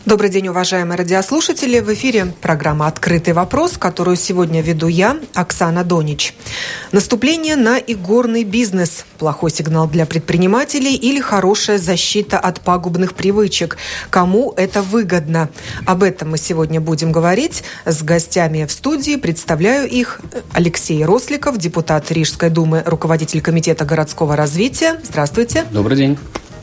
Добрый день, уважаемые радиослушатели. В эфире программа «Открытый вопрос», которую сегодня веду я, Оксана Донич. Наступление на игорный бизнес. Плохой сигнал для предпринимателей или хорошая защита от пагубных привычек? Кому это выгодно? Об этом мы сегодня будем говорить с гостями в студии. Представляю их: Алексей Росликов, депутат Рижской думы, руководитель комитета городского развития. Здравствуйте. Добрый день.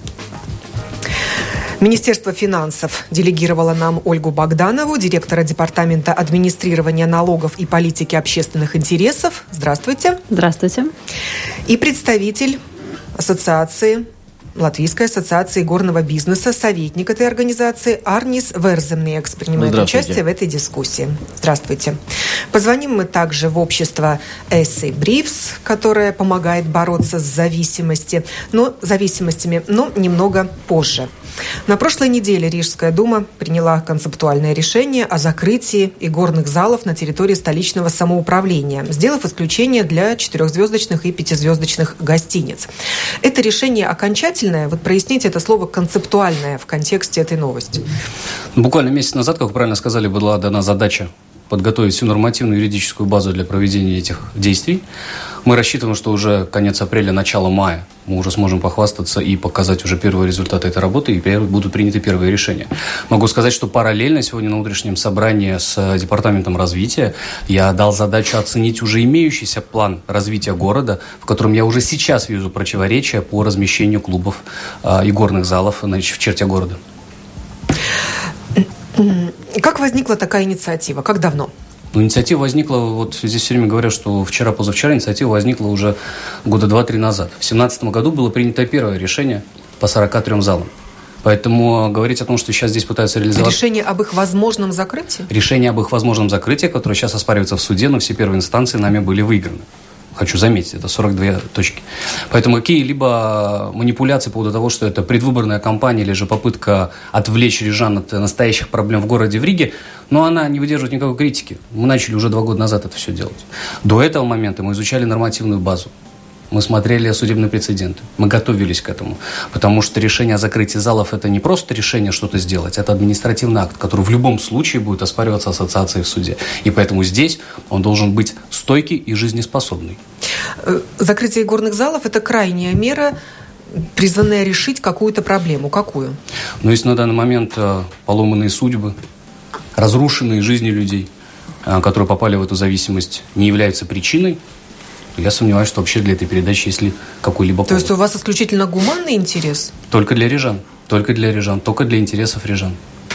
Министерство финансов делегировало нам Ольгу Богданову, директора Департамента администрирования налогов и политики общественных интересов. Здравствуйте. Здравствуйте. И представитель ассоциации, Латвийской ассоциации игорного бизнеса, советник этой организации Арнис Верземниекс принимает участие в этой дискуссии. Здравствуйте. Позвоним мы также в общество Эсси Брифс, которое помогает бороться с зависимостями, но немного позже. На прошлой неделе Рижская дума приняла концептуальное решение о закрытии игорных залов на территории столичного самоуправления, сделав исключение для 4-звездочных и 5-звездочных гостиниц. Это решение окончательное? Вот проясните это слово «концептуальное» в контексте этой новости. Буквально месяц назад, как вы правильно сказали, была дана задача подготовить всю нормативную юридическую базу для проведения этих действий. Мы рассчитываем, что уже конец апреля, начало мая мы уже сможем похвастаться и показать уже первые результаты этой работы, и будут приняты первые решения. Могу сказать, что параллельно сегодня на утреннем собрании с Департаментом развития я дал задачу оценить уже имеющийся план развития города, в котором я уже сейчас вижу противоречия по размещению клубов, игорных залов в черте города. Как возникла такая инициатива? Как давно? Инициатива возникла, вот здесь все время говорят, что вчера-позавчера инициатива возникла уже года 2-3 назад. В 2017 году было принято первое решение по 43 залам. Поэтому говорить о том, что сейчас здесь пытаются реализовать... Решение об их возможном закрытии? Решение об их возможном закрытии, которое сейчас оспаривается в суде, но все первые инстанции нами были выиграны. Хочу заметить, это 42 точки. Поэтому какие-либо манипуляции по поводу того, что это предвыборная кампания или же попытка отвлечь рижан от настоящих проблем в городе, в Риге, но она не выдерживает никакой критики. Мы начали уже 2 года назад это все делать. До этого момента мы изучали нормативную базу. Мы смотрели судебные прецеденты. Мы готовились к этому. Потому что решение о закрытии залов – это не просто решение что-то сделать, это административный акт, который в любом случае будет оспариваться ассоциацией в суде. И поэтому здесь он должен быть стойкий и жизнеспособный. Закрытие игорных залов – это крайняя мера, призванная решить какую-то проблему. Какую? Но если на данный момент поломанные судьбы, разрушенные жизни людей, которые попали в эту зависимость, не являются причиной, я сомневаюсь, что вообще для этой передачи есть ли какой-либо повод. То есть у вас исключительно гуманный интерес? Только для рижан. Только для рижан. Только для интересов рижан.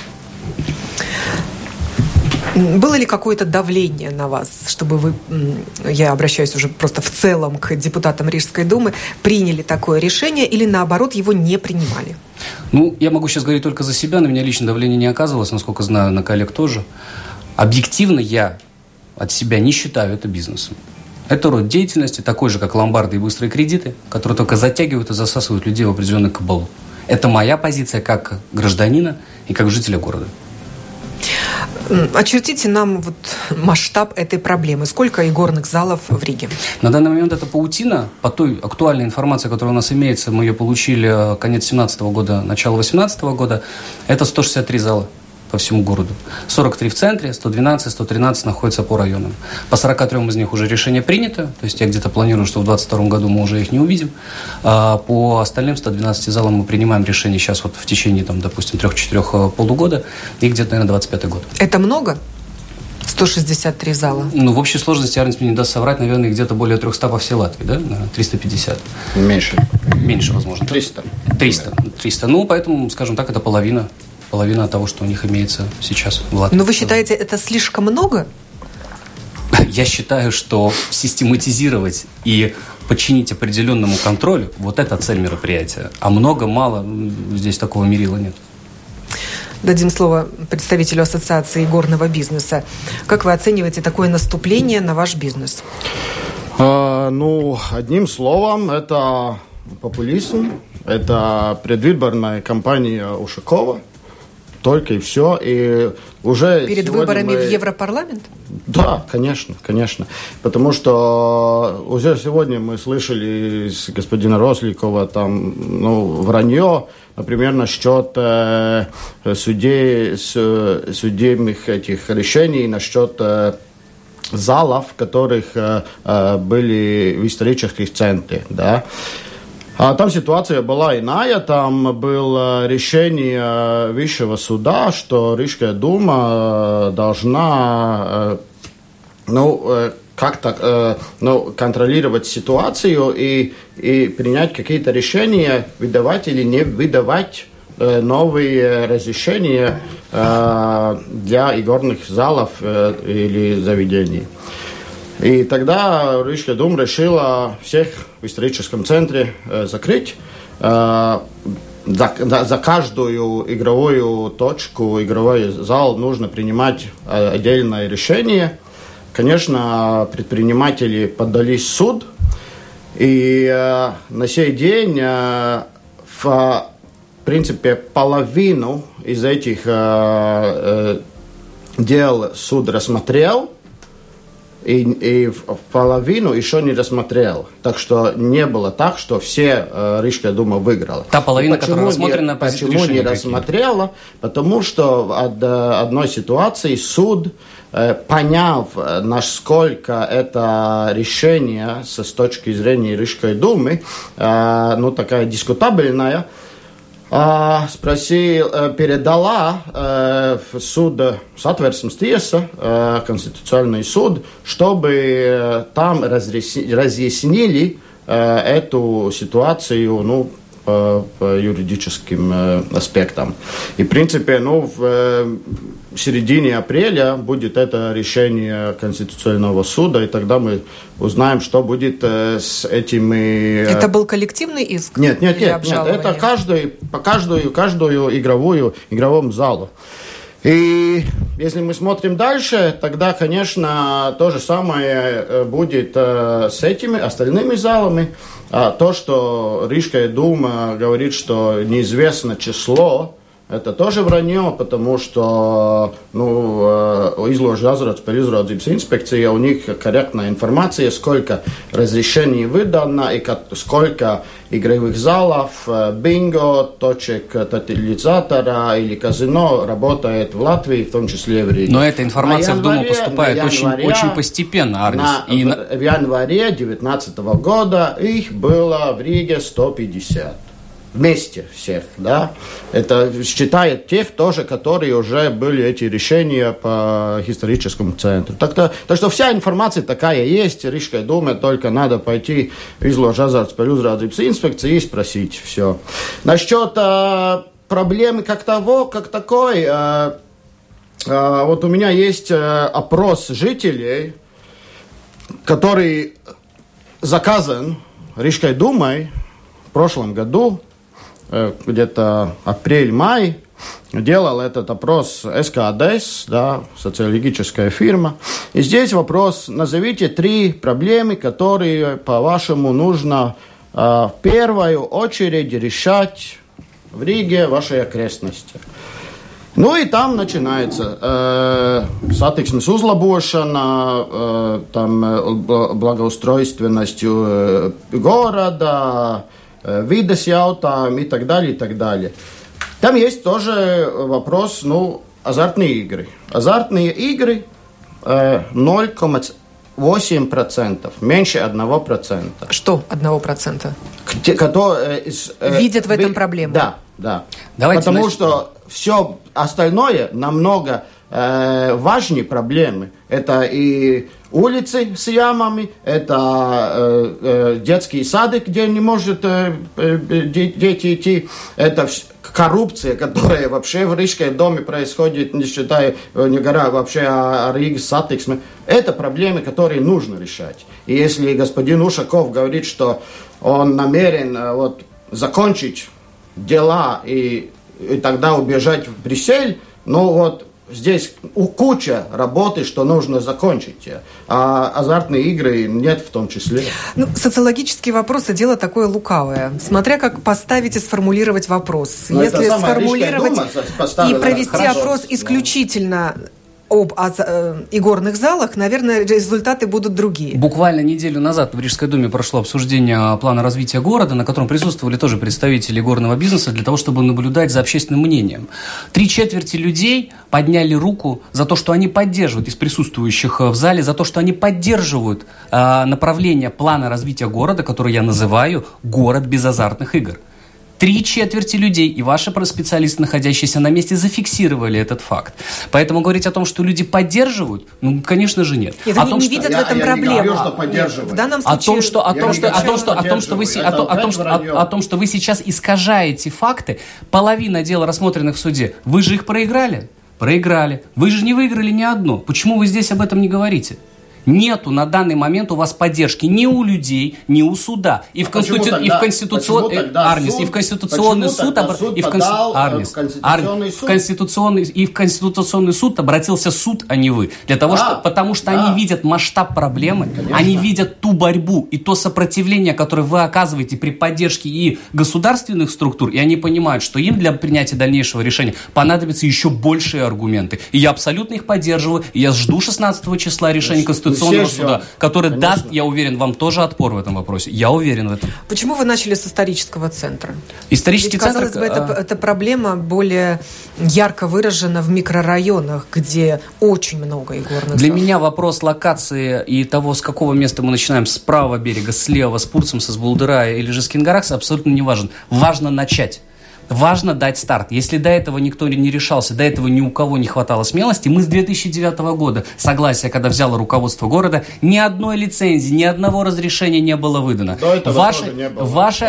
Было ли какое-то давление на вас, чтобы вы, я обращаюсь уже просто в целом к депутатам Рижской думы, приняли такое решение или, наоборот, его не принимали? Я могу сейчас говорить только за себя. На меня лично давление не оказывалось, насколько знаю, на коллег тоже. Объективно я от себя не считаю это бизнесом. Это род деятельности, такой же, как ломбарды и быстрые кредиты, которые только затягивают и засасывают людей в определенную кабалу. Это моя позиция как гражданина и как жителя города. Очертите нам масштаб этой проблемы. Сколько игорных залов в Риге? На данный момент это паутина. По той актуальной информации, которая у нас имеется, мы ее получили конец 2017 года, начало 2018 года. Это 163 зала по всему городу. 43 в центре, 112, 113 находятся по районам. По 43 из них уже решение принято. То есть я где-то планирую, что в 2022 году мы уже их не увидим. А по остальным 112 залам мы принимаем решение сейчас в течение, допустим, 3-4 полугода и где-то, наверное, 25 год. Это много? 163 зала? В общей сложности, Арнис мне не даст соврать, наверное, где-то более 300 по всей Латвии, да? 350. Меньше, возможно. 300. Поэтому, скажем так, это половина того, что у них имеется сейчас в Латвии. Но вы считаете, это слишком много? Я считаю, что систематизировать и подчинить определенному контролю – вот это цель мероприятия. А много-мало здесь такого мерила нет. Дадим слово представителю Ассоциации игорного бизнеса. Как вы оцениваете такое наступление на ваш бизнес? Одним словом, это популизм, это предвыборная кампания Ушакова. Только и все. И уже перед выборами в Европарламент? Да, конечно. Потому что уже сегодня мы слышали из господина Росликова там, вранье, например, насчет судебных этих решений, насчет залов, которых были в исторических центрах, да. А там ситуация была иная, там было решение Высшего суда, что Рижская дума должна как-то контролировать ситуацию и принять какие-то решения, выдавать или не выдавать новые разрешения для игорных залов или заведений. И тогда Рижская дума решила всех в историческом центре закрыть. За каждую игровую точку, игровой зал нужно принимать отдельное решение. Конечно, предприниматели подались в суд. И на сей день, в принципе, половину из этих дел суд рассмотрел. И в половину еще не рассмотрел. Так что не было так, что все Рижская дума выиграла. Та половина, которая рассмотрена, почему не рассмотрела? Потому что в одной ситуации суд, поняв, насколько это решение с точки зрения Рижской думы, такая дискутабельная, передала в суд Satversmes tiesa, Конституционный суд, чтобы там разъяснили эту ситуацию по юридическим аспектам. И, в принципе, в середине апреля будет это решение Конституционного суда, и тогда мы узнаем, что будет с этими... Это был коллективный иск? Нет. Это каждую игровому залу. И если мы смотрим дальше, тогда, конечно, то же самое будет с этими остальными залами. То, что Рижская дума говорит, что неизвестно число, это тоже вранье, потому что Izložu azartspēļu uzraudzības inspekcija, у них корректная информация, сколько разрешений выдано и сколько игровых залов, бинго, точек тотализатора или казино работает в Латвии, в том числе и в Риге. Но эта информация в Думу поступает очень постепенно, Арнис. В январе 2019 года их было в Риге 150. Вместе всех, да. Это считает тех тоже, которые уже были эти решения по историческому центру. Так что вся информация такая есть. Рижская дума, только надо пойти в Izložu azartspēļu uzraudzības инспекции и спросить все. Насчет проблемы как такой, вот у меня есть опрос жителей, который заказан Рижской думой в прошлом году, где-то апрель-май, делал этот опрос СКДС, да, социологическая фирма. И здесь вопрос: назовите 3 проблемы, которые, по-вашему, нужно в первую очередь решать в Риге, вашей окрестности. И там начинается satiksmes uzlabošana, благоустройственность города, видes jautājumi и так далее, и так далее. Там есть тоже вопрос, азартные игры. Азартные игры 0,8%, меньше 1%. Что 1%? Видят в этом проблему. Да. Потому что все остальное намного важнее проблемы. Это и улицы с ямами, это детские сады, где не может дети идти, это коррупция, которая вообще в Рижской доме происходит, не говоря вообще о Риге сатиксме. Это проблемы, которые нужно решать. И если господин Ушаков говорит, что он намерен закончить дела и тогда убежать в Брюссель, здесь куча работы, что нужно закончить, а азартные игры нет в том числе. Социологические вопросы – дело такое лукавое. Смотря как поставить и сформулировать вопрос. Если сформулировать и провести опрос исключительно об игорных залах, наверное, результаты будут другие. Буквально неделю назад в Рижской думе прошло обсуждение плана развития города, на котором присутствовали тоже представители игорного бизнеса для того, чтобы наблюдать за общественным мнением. 3/4 людей подняли руку за то, что они поддерживают, из присутствующих в зале, за то, что они поддерживают направление плана развития города, который я называю «Город без азартных игр». 3/4 людей и ваши специалисты, находящиеся на месте, зафиксировали этот факт. Поэтому говорить о том, что люди поддерживают, конечно же, нет. Нет, они не видят в этом проблему. В данном случае... О том, что вы сейчас искажаете факты, половина дел, рассмотренных в суде, вы же их проиграли? Проиграли. Вы же не выиграли ни одно. Почему вы здесь об этом не говорите? Нету на данный момент у вас поддержки ни у людей, ни у суда. И в Конституционный суд обратился суд, а не вы. Потому что они видят масштаб проблемы, конечно. Они видят ту борьбу и то сопротивление, которое вы оказываете при поддержке и государственных структур, и они понимают, что им для принятия дальнейшего решения понадобятся еще большие аргументы. И я абсолютно их поддерживаю, и я жду 16 числа решения Конституционного суда, который даст, я уверен, вам тоже отпор в этом вопросе. Я уверен в этом. Почему вы начали с исторического центра? Исторический центр... Казалось бы, эта проблема более ярко выражена в микрорайонах, где очень много игорных залов. Для меня вопрос локации и того, с какого места мы начинаем, с правого берега, с левого, с Пурцемса, с Булдырая или же с Кингаракса, абсолютно не важен. Важно начать. Важно дать старт. Если до этого никто не решался, до этого ни у кого не хватало смелости, мы с 2009 года, согласие, когда взяло руководство города, ни одной лицензии, ни одного разрешения не было выдано. Ваши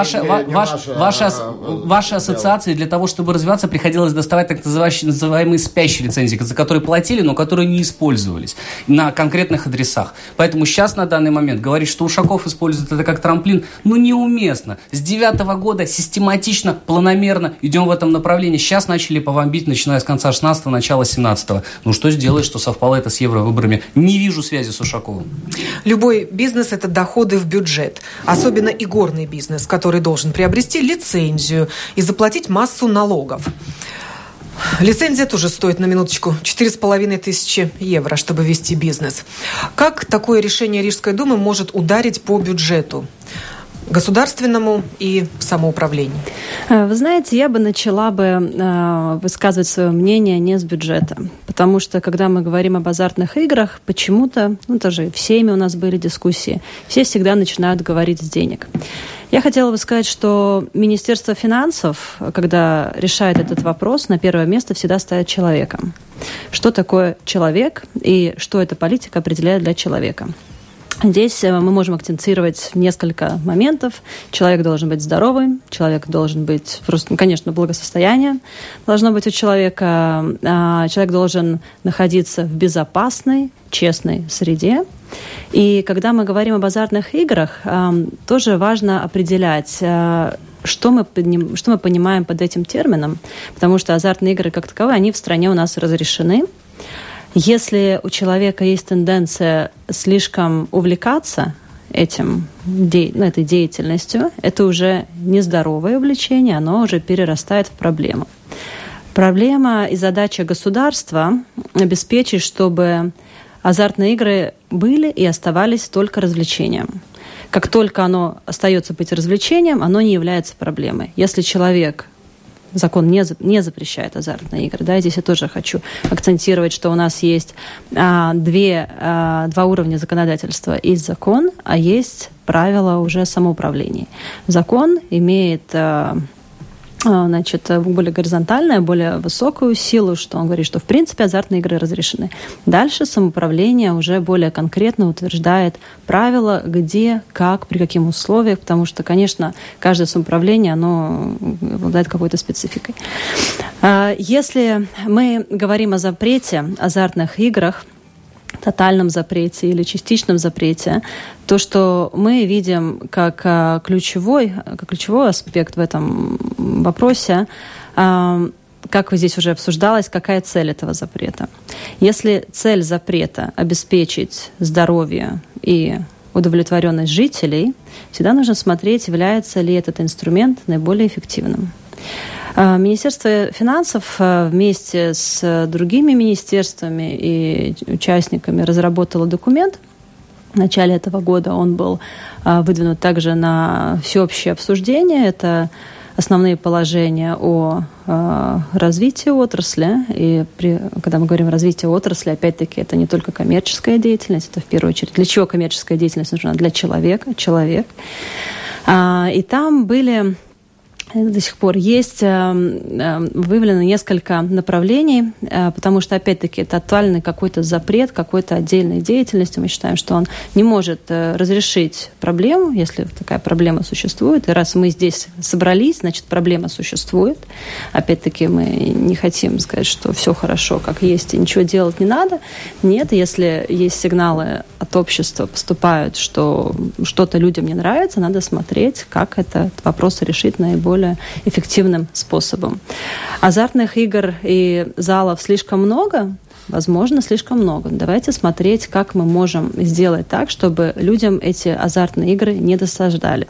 ассоциации для того, чтобы развиваться, приходилось доставать так называемые спящие лицензии, за которые платили, но которые не использовались на конкретных адресах. Поэтому сейчас, на данный момент, говорить, что Ушаков использует это как трамплин, неуместно. С 2009 года систематично, планомерно идем в этом направлении. Сейчас начали повомбить, начиная с конца 16-го, начала 17-го. Что сделаешь, что совпало это с евровыборами? Не вижу связи с Ушаковым. Любой бизнес – это доходы в бюджет. Особенно игорный бизнес, который должен приобрести лицензию и заплатить массу налогов. Лицензия тоже стоит, на минуточку, 4500 евро, чтобы вести бизнес. Как такое решение Рижской думы может ударить по бюджету? Государственному и самоуправлению? Вы знаете, я бы начала высказывать свое мнение не с бюджета. Потому что, когда мы говорим об азартных играх, почему-то, тоже в Сейме у нас были дискуссии, все всегда начинают говорить с денег. Я хотела бы сказать, что Министерство финансов, когда решает этот вопрос, на первое место всегда ставит человека. Что такое человек и что эта политика определяет для человека? Здесь мы можем акцентировать несколько моментов. Человек должен быть здоровым, человек должен быть, конечно, благосостояние должно быть у человека. Человек должен находиться в безопасной, честной среде. И когда мы говорим об азартных играх, тоже важно определять, что мы понимаем под этим термином, потому что азартные игры как таковые, они в стране у нас разрешены. Если у человека есть тенденция слишком увлекаться этой деятельностью, это уже нездоровое увлечение, оно уже перерастает в проблему. Проблема и задача государства обеспечить, чтобы азартные игры были и оставались только развлечением. Как только оно остается быть развлечением, оно не является проблемой. Если закон не запрещает азартные игры. Да, здесь я тоже хочу акцентировать, что у нас есть два уровня законодательства. Есть закон, а есть правила уже самоуправления. Закон имеет более горизонтальную, более высокую силу, что он говорит, что в принципе азартные игры разрешены. Дальше самоуправление уже более конкретно утверждает правила, где, как, при каких условиях, потому что, конечно, каждое самоуправление, оно обладает какой-то спецификой. Если мы говорим о запрете азартных играх, тотальном запрете или частичном запрете, то, что мы видим как ключевой аспект в этом вопросе, как здесь уже обсуждалось, какая цель этого запрета. Если цель запрета обеспечить здоровье и удовлетворенность жителей, всегда нужно смотреть, является ли этот инструмент наиболее эффективным. Министерство финансов вместе с другими министерствами и участниками разработало документ. В начале этого года он был выдвинут также на всеобщее обсуждение. Это основные положения о развитии отрасли. И когда мы говорим о развитии отрасли, опять-таки, это не только коммерческая деятельность, это в первую очередь. Для чего коммерческая деятельность нужна? Для человека, человек. И там были... До сих пор есть выявлено несколько направлений, потому что, опять-таки, это тотальный какой-то запрет, какой-то отдельной деятельности. Мы считаем, что он не может разрешить проблему, если такая проблема существует. И раз мы здесь собрались, значит, проблема существует. Опять-таки, мы не хотим сказать, что все хорошо, как есть, и ничего делать не надо. Нет, если есть сигналы от общества, поступают, что что-то людям не нравится, надо смотреть, как этот вопрос решить наиболее эффективным способом. Азартных игр и залов слишком много? Возможно, слишком много. Давайте смотреть, как мы можем сделать так, чтобы людям эти азартные игры не досаждали.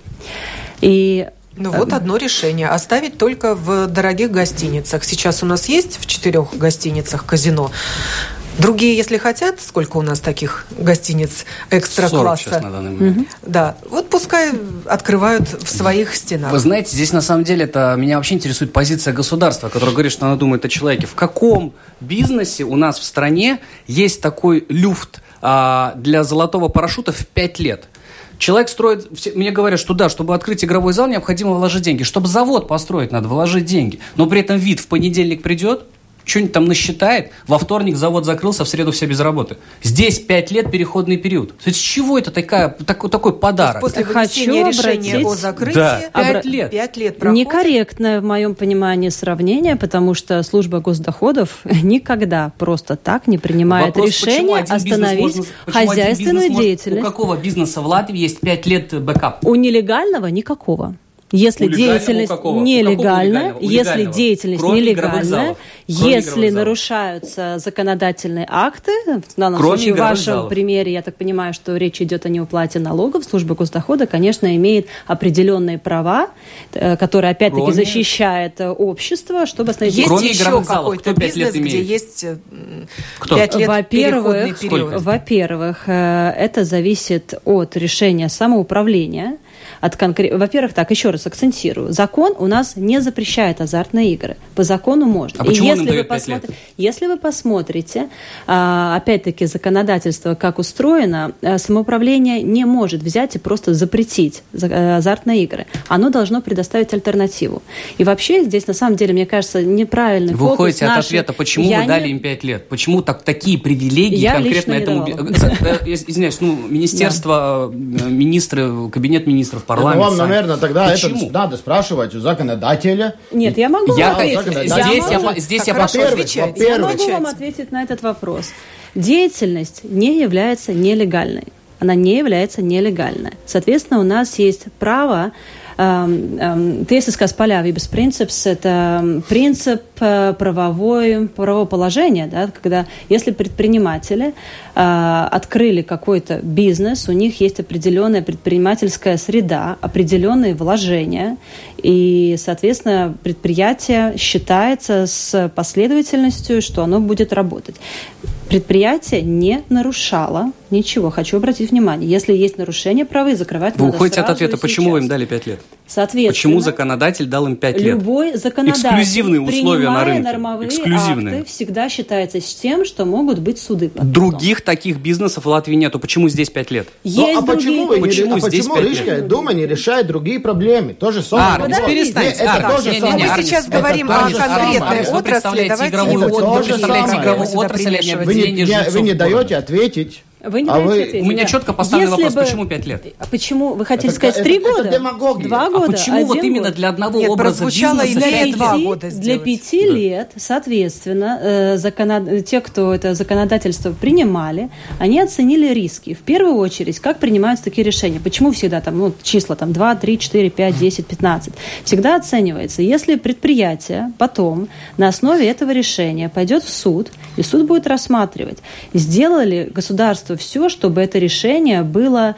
Вот одно решение. Оставить только в дорогих гостиницах. Сейчас у нас есть в 4 гостиницах казино. Другие, если хотят, сколько у нас таких гостиниц экстра-класса? 40 сейчас на данный момент. Да, вот пускай открывают в своих стенах. Вы знаете, здесь на самом деле меня вообще интересует позиция государства, которое говорит, что оно думает о человеке. В каком бизнесе у нас в стране есть такой люфт для золотого парашюта в 5 лет? Человек строит... Мне говорят, что да, чтобы открыть игровой зал, необходимо вложить деньги. Чтобы завод построить, надо вложить деньги. Но при этом вид в понедельник придет, что-нибудь там насчитает, во вторник завод закрылся, в среду все без работы. Здесь 5 лет переходный период. То есть с чего это такой подарок? После вынесения решения о закрытии 5 лет. 5 лет проходит. Некорректное, в моем понимании, сравнение, потому что служба госдоходов никогда просто так не принимает решение остановить хозяйственную деятельность. У какого бизнеса в Латвии есть 5 лет бэкап? У нелегального никакого. Если деятельность нелегальная, если деятельность нелегальная, если нарушаются законодательные акты, в данном случае в вашем примере, я так понимаю, что речь идет о неуплате налогов, служба госдохода, конечно, имеет определенные права, которые, опять-таки, защищает общество, чтобы остановить... Есть еще какой-то бизнес, где есть 5 лет переходный период? Во-первых, это зависит от решения самоуправления. Во-первых, так, еще раз акцентирую. Закон у нас не запрещает азартные игры. По закону можно. А почему он им дает 5 лет? Если вы посмотрите, опять-таки, законодательство, как устроено, самоуправление не может взять и просто запретить азартные игры. Оно должно предоставить альтернативу. И вообще здесь, на самом деле, мне кажется, неправильный фокус. Вы уходите от ответа, почему вы дали им 5 лет? Почему такие привилегии конкретно этому... Извиняюсь, министерство, министры, кабинет министров, парламент. Вам, наверное, тогда это надо спрашивать у законодателя. Нет, я могу ответить. Здесь я могу вам ответить на этот вопрос. Деятельность не является нелегальной. Она не является нелегальной. Соответственно, у нас есть право tiesiskās paļāvības принципс – это принцип правового положения, да, когда если предприниматели открыли какой-то бизнес, у них есть определенная предпринимательская среда, определенные вложения, и, соответственно, предприятие считается с последовательностью, что оно будет работать. Предприятие не нарушало ничего. Хочу обратить внимание. Если есть нарушение права, закрывать надо сразу. Вы уходите от ответа, почему вы им дали 5 лет? Соответственно, почему законодатель дал им 5 лет? Любой законодатель, эксклюзивные условия на рынке. Нормовые акты, всегда считается с тем, что могут быть суды. Других таких бизнесов в Латвии нету. Почему здесь 5 лет? Есть почему Рижская дума не решает другие проблемы? То же самое. Перестаньте. Мы сейчас говорим о конкретной отрасли. Вы представляете игровую отрасль, вы не даете ответить Вы не даете ответить. У меня четко поставлен вопрос, почему 5 лет? А почему? Вы хотели сказать 3 года? Это демагогия. 2 года? А почему вот именно для одного образа бизнеса? Для 5 лет, соответственно, те, кто это законодательство принимали, они оценили риски. В первую очередь, как принимаются такие решения? Почему всегда там, числа 2, 3, 4, 5, 10, 15? Всегда оценивается, если предприятие потом на основе этого решения пойдет в суд, и суд будет рассматривать, сделало ли государство все, чтобы это решение было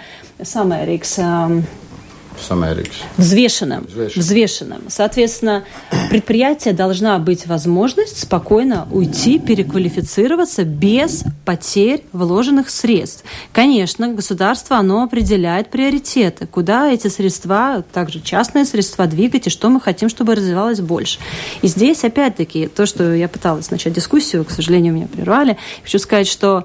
взвешенным. Соответственно, предприятие должна быть возможность спокойно уйти, переквалифицироваться без потерь вложенных средств. Конечно, государство, оно определяет приоритеты, куда эти средства, также частные средства, двигать, и что мы хотим, чтобы развивалось больше. И здесь, опять-таки, то, что я пыталась начать дискуссию, к сожалению, меня прервали, хочу сказать, что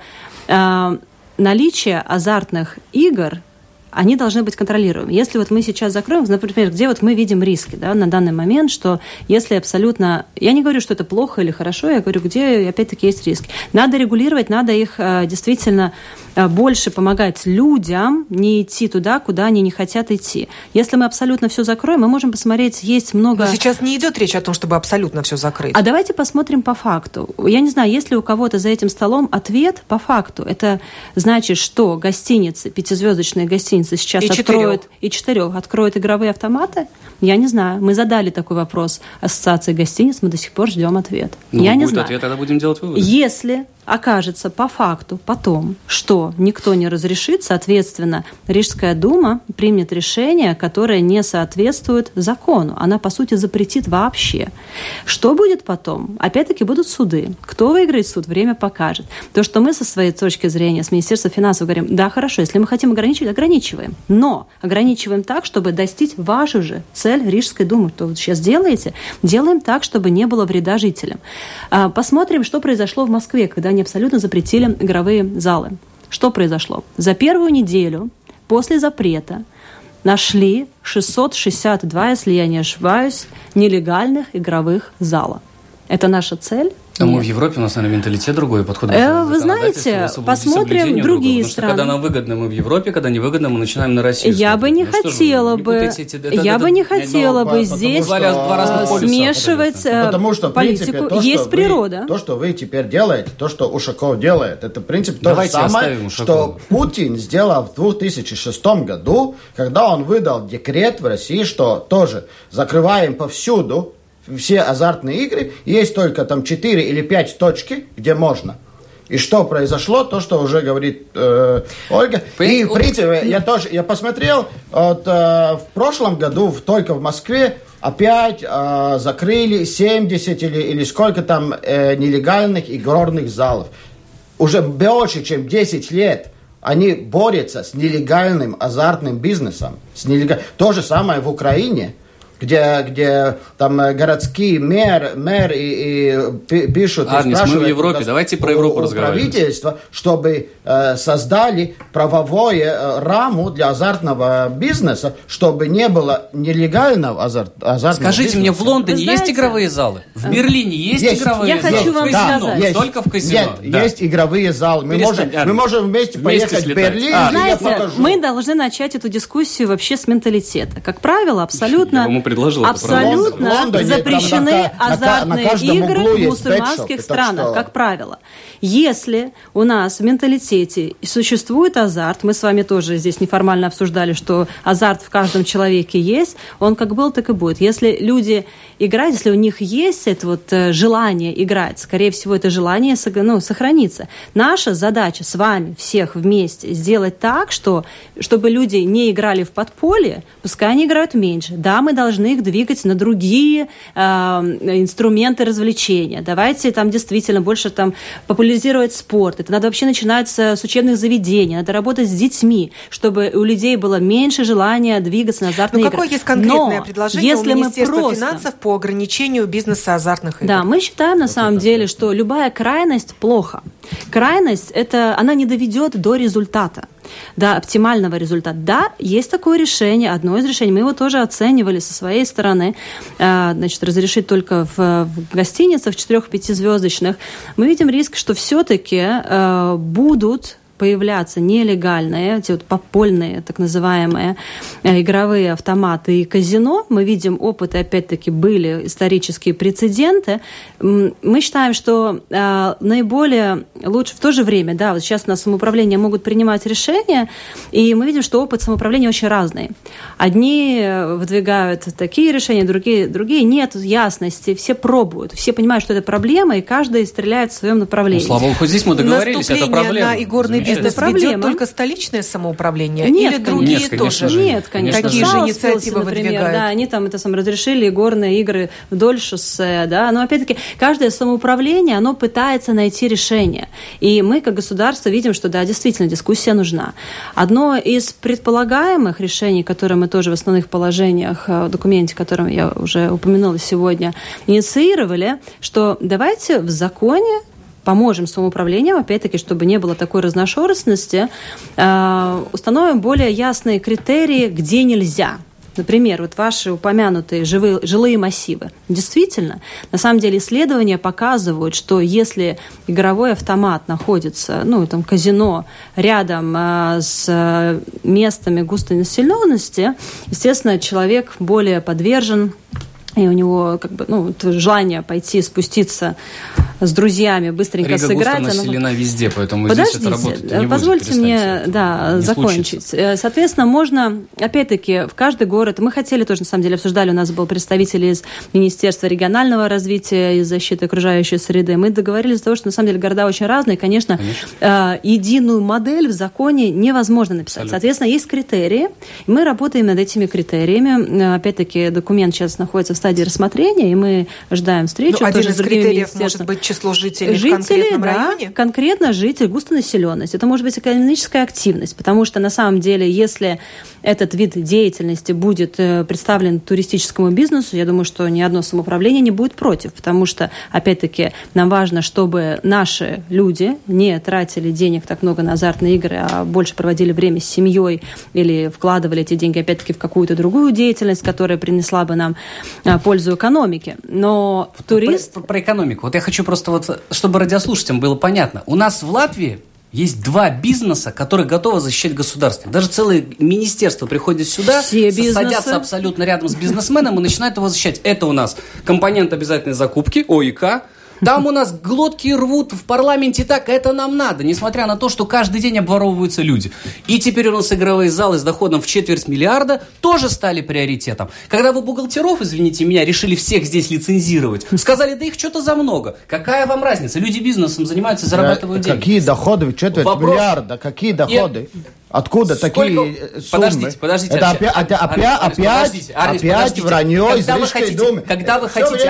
наличие азартных игр, они должны быть контролируемы. Если мы сейчас закроем, например, где мы видим риски, на данный момент, что если абсолютно... Я не говорю, что это плохо или хорошо, я говорю, где, опять-таки, есть риски. Надо регулировать, надо их действительно больше помогать людям не идти туда, куда они не хотят идти. Если мы абсолютно все закроем, мы можем посмотреть, есть много... Но сейчас не идет речь о том, чтобы абсолютно все закрыть. А давайте посмотрим по факту. Я не знаю, есть ли у кого-то за этим столом ответ по факту. Это значит, что гостиницы, 5-звездочные гостиницы сейчас откроют, и 4 откроют игровые автоматы? Я не знаю. Мы задали такой вопрос Ассоциации гостиниц, мы до сих пор ждем ответ. Я не знаю. Ответ, тогда будем делать выводы. Если окажется по факту потом, что никто не разрешит, соответственно, Рижская дума примет решение, которое не соответствует закону. Она, по сути, запретит вообще. Что будет потом? Опять-таки будут суды. Кто выиграет суд, время покажет. То, что мы со своей точки зрения, с Министерства финансов говорим, да, хорошо, если мы хотим ограничивать, ограничиваем. Но ограничиваем так, чтобы достичь вашу же цель Рижской думы. Что вы сейчас делаете? Делаем так, чтобы не было вреда жителям. Посмотрим, что произошло в Москве, когда они абсолютно запретили игровые залы. Что произошло? За первую неделю после запрета нашли 662, если я не ошибаюсь, нелегальных игровых зала. Это наша цель? А мы в Европе, у нас, наверное, менталитет другой, подход. Вы знаете, посмотрим другие страны. Когда нам выгодно, мы в Европе, когда невыгодно, мы начинаем на Россию. Я бы не хотела бы здесь смешивать политику. Есть природа. То, что вы теперь делаете, то, что Ушаков делает, это, в принципе, то же самое, что Путин сделал в 2006 году, когда он выдал декрет в России, что тоже закрываем повсюду все азартные игры, есть только там 4 или 5 точки, где можно. И что произошло, то, что уже говорит Ольга. И, в принципе, я посмотрел, в прошлом году только в Москве опять закрыли 70 или сколько там нелегальных игорных залов. Уже больше, чем 10 лет они борются с нелегальным азартным бизнесом. То же самое в Украине, где там городские мэр и пишут, Арнис, и спрашивают мы в Европе, давайте про Европу разговаривать. Правительство, чтобы создали правовую раму для азартного бизнеса, чтобы не было нелегального азартного Скажите бизнеса. мне, в Лондоне есть игровые залы? В Берлине есть игровые залы? Я хочу вам сказать. Только в казино. Есть игровые залы. Мы можем вместе поехать в Берлин. Знаете, мы должны начать эту дискуссию вообще с менталитета. Как правило, абсолютно запрещены азартные игры в мусульманских странах, как правило. Если у нас в менталитете существует азарт, мы с вами тоже здесь неформально обсуждали, что азарт в каждом человеке есть, он как был, так и будет. Если люди играют, если у них есть это желание играть, скорее всего, это желание сохранится. Наша задача с вами всех вместе сделать так, чтобы люди не играли в подполье, пускай они играют меньше. Да, мы должны их двигать на другие инструменты развлечения. Давайте там действительно больше популяризировать спорт. Это надо вообще начинать с учебных заведений, надо работать с детьми, чтобы у людей было меньше желания двигаться на азартные игры. Какое есть конкретное предложение у Министерства финансов по ограничению бизнеса азартных игр? Да, мы считаем на самом деле, что любая крайность плохо. Крайность, она не доведет до результата. До оптимального результата. Да, есть такое решение, одно из решений. Мы его тоже оценивали со своей стороны. Разрешить только в гостиницах 4-5-звездочных. Мы видим риск, что все-таки будут появляться нелегальные, эти вот подпольные, так называемые, игровые автоматы и казино. Мы видим опыты, опять-таки, были исторические прецеденты. Мы считаем, что наиболее лучше в то же время, да, вот сейчас на самоуправление могут принимать решения, и мы видим, что опыт самоуправления очень разный. Одни выдвигают такие решения, другие нет ясности, все пробуют, все понимают, что это проблема, и каждый стреляет в своем направлении. Ну, слава богу, хоть здесь мы договорились, это проблема. На игорный бизнес ведет только столичное самоуправление? Нет, или другие тоже? Нет, конечно. Такие же инициативы выдвигают? Да, они там разрешили игорные игры вдоль шоссе, да, но опять-таки каждое самоуправление, оно пытается найти решение. И мы, как государство, видим, что да, действительно, дискуссия нужна. Одно из предполагаемых решений, которые мы тоже в основных положениях в документе, о котором я уже упомянула сегодня, инициировали, что давайте в законе поможем самоуправлению, опять-таки, чтобы не было такой разношерстности, установим более ясные критерии, где нельзя. Например, вот ваши упомянутые жилые массивы. Действительно, на самом деле исследования показывают, что если игровой автомат находится, там казино рядом с местами густой населенности, естественно, человек более подвержен, и у него желание пойти спуститься с друзьями, быстренько Рига сыграть. Рига густо населена везде, поэтому Подождите, здесь это работать не позвольте будет, мне закончить. Случится. Соответственно, можно, опять-таки, в каждый город, мы хотели тоже, на самом деле, обсуждали, у нас был представитель из Министерства регионального развития и защиты окружающей среды, мы договорились до того, что, на самом деле, города очень разные, конечно. Единую модель в законе невозможно написать. Абсолютно. Соответственно, есть критерии, и мы работаем над этими критериями. Опять-таки, документ сейчас находится в стадии рассмотрения, и мы ожидаем встречу. Один из критериев может быть число жителей в конкретном районе? Конкретно житель, густонаселенность. Это может быть экономическая активность, потому что на самом деле, если этот вид деятельности будет представлен туристическому бизнесу, я думаю, что ни одно самоуправление не будет против, потому что, опять-таки, нам важно, чтобы наши люди не тратили денег так много на азартные игры, а больше проводили время с семьей или вкладывали эти деньги, опять-таки, в какую-то другую деятельность, которая принесла бы нам пользу экономике. Но турист... Про экономику. Вот я хочу просто, чтобы радиослушателям было понятно. У нас в Латвии есть 2 бизнеса, которые готовы защищать государство. Даже целое министерство приходит сюда, садятся абсолютно рядом с бизнесменом и начинают его защищать. Это у нас компонент обязательной закупки, ОИК. Там у нас глотки рвут в парламенте так, это нам надо, несмотря на то, что каждый день обворовываются люди. И теперь у нас игровые залы с доходом в 250 миллиарда тоже стали приоритетом. Когда вы бухгалтеров, извините меня, решили всех здесь лицензировать, сказали, да их что-то за много. Какая вам разница? Люди бизнесом занимаются, зарабатывают деньги. Какие доходы? Миллиарда? Какие доходы? Откуда такие суммы? Подождите. Это опять вранье из Рижской думы. Когда вы хотите,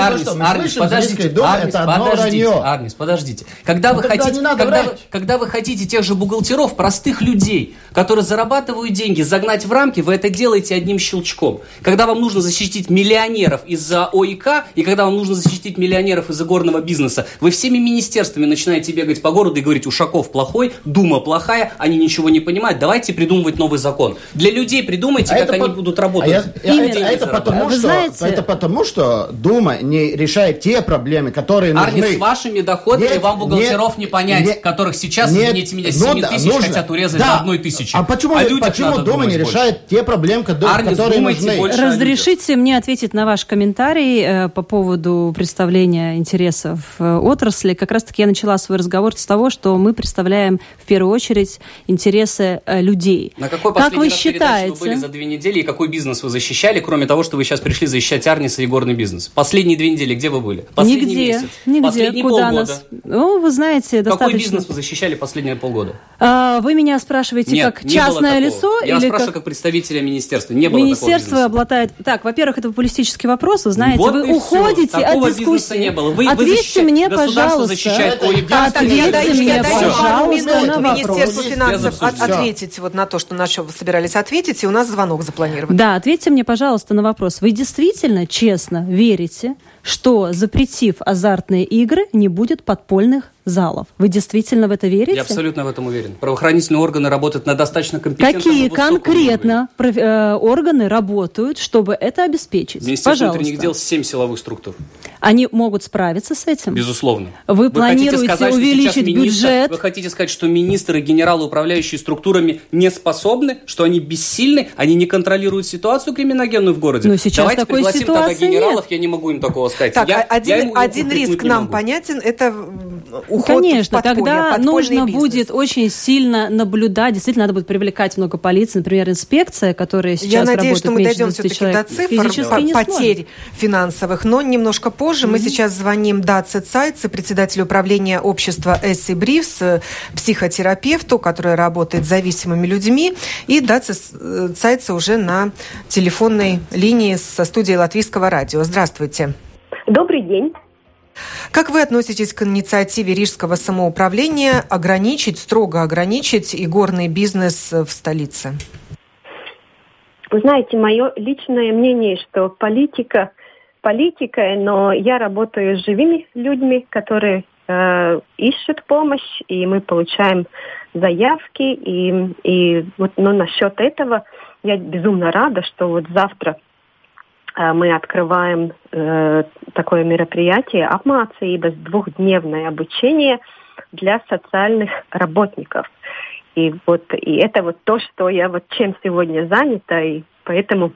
Арнис, подождите. Когда вы хотите тех же бухгалтеров, простых людей, которые зарабатывают деньги, загнать в рамки, вы это делаете одним щелчком. Когда вам нужно защитить миллионеров из-за ОИК, и когда вам нужно защитить миллионеров из-за горного бизнеса, вы всеми министерствами начинаете бегать по городу и говорить, Ушаков плохой, Дума плохая, они ничего не понимают, давайте придумывать новый закон. Для людей придумайте, как они будут работать. Это потому, что Дума не решает те проблемы, которые нужны. Арнис, с вашими доходами вам бухгалтеров не понять, которых сейчас, извините меня, 7 тысяч хотят урезать до 1 тысячи. А почему Дума не решает те проблемы, которые нужны? Разрешите мне ответить на ваш комментарий по поводу представления интересов отрасли. Как раз-таки я начала свой разговор с того, что мы представляем в первую очередь интересы людей. На какой последний раз передаче вы были за 2 недели и какой бизнес вы защищали, кроме того, что вы сейчас пришли защищать Арниса и горный бизнес? Последние 2 недели где вы были? Последний месяц? Нигде. Последние Куда полгода? Нас... вы знаете, достаточно... Какой бизнес вы защищали последние полгода? Вы меня спрашиваете как частное лицо? Я вас спрашиваю как представителя министерства. Не было Министерство обладает... Так, во-первых, это популистический вопрос. Вы знаете, вот вы уходите от дискуссии. Не было. Ответьте мне, пожалуйста. Ответьте мне, пожалуйста, на вопрос. Министерству финансов ответить на то, на что вы собирались ответить, и у нас звонок запланирован. Да, ответьте мне, пожалуйста, на вопрос. Вы действительно честно верите, что, запретив азартные игры, не будет подпольных залов. Вы действительно в это верите? Я абсолютно в этом уверен. Правоохранительные органы работают на достаточно компетентном Какие конкретно органы работают, чтобы это обеспечить? Министерство внутренних дел 7 силовых структур. Они могут справиться с этим? Безусловно. Вы планируете увеличить бюджет? Вы хотите сказать, что министры и генералы, управляющие структурами, не способны, что они бессильны, они не контролируют ситуацию криминогенную в городе? Но сейчас давайте такой пригласим тогда генералов, нет. Я не могу им такого сказать. Так, один риск нам понятен, это уход Конечно, в подполье, тогда нужно бизнес. Будет очень сильно наблюдать, действительно надо будет привлекать много полиции, например, инспекция, которая сейчас работает. Я надеюсь, что мы дойдем все-таки до цифр, потерь финансовых, но немножко позже. Мы сейчас звоним Даце Цайце, председателю управления общества Эсси Бривс, психотерапевту, который работает с зависимыми людьми, и Даце Цайце уже на телефонной линии со студией Латвийского радио. Здравствуйте. Добрый день. Как вы относитесь к инициативе Рижского самоуправления строго ограничить игорный бизнес в столице? Вы знаете, мое личное мнение, что политика, но я работаю с живыми людьми, которые ищут помощь, и мы получаем заявки, и насчет этого я безумно рада, что вот завтра мы открываем такое мероприятие апмācības, двухдневное обучение для социальных работников. И это вот то, что я чем сегодня занята, и поэтому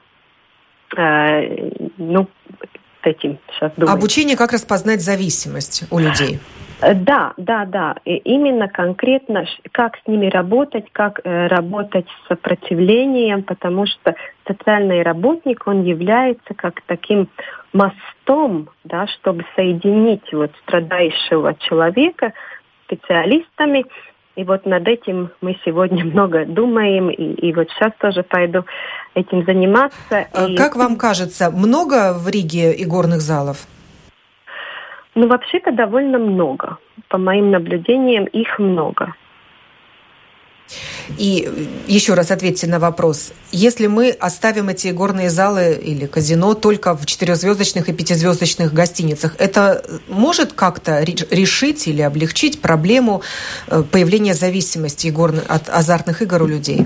этим сейчас думаю. Обучение, как распознать зависимость у людей. Да. И именно конкретно, как с ними работать, как работать с сопротивлением, потому что социальный работник, он является как таким мостом, да, чтобы соединить страдающего человека с специалистами. И над этим мы сегодня много думаем, и сейчас тоже пойду этим заниматься. Как вам кажется, много в Риге игорных залов? Вообще-то довольно много. По моим наблюдениям, их много. И еще раз ответьте на вопрос. Если мы оставим эти игорные залы или казино только в 4-звездочных и 5-звездочных гостиницах, это может как-то решить или облегчить проблему появления зависимости от азартных игр у людей?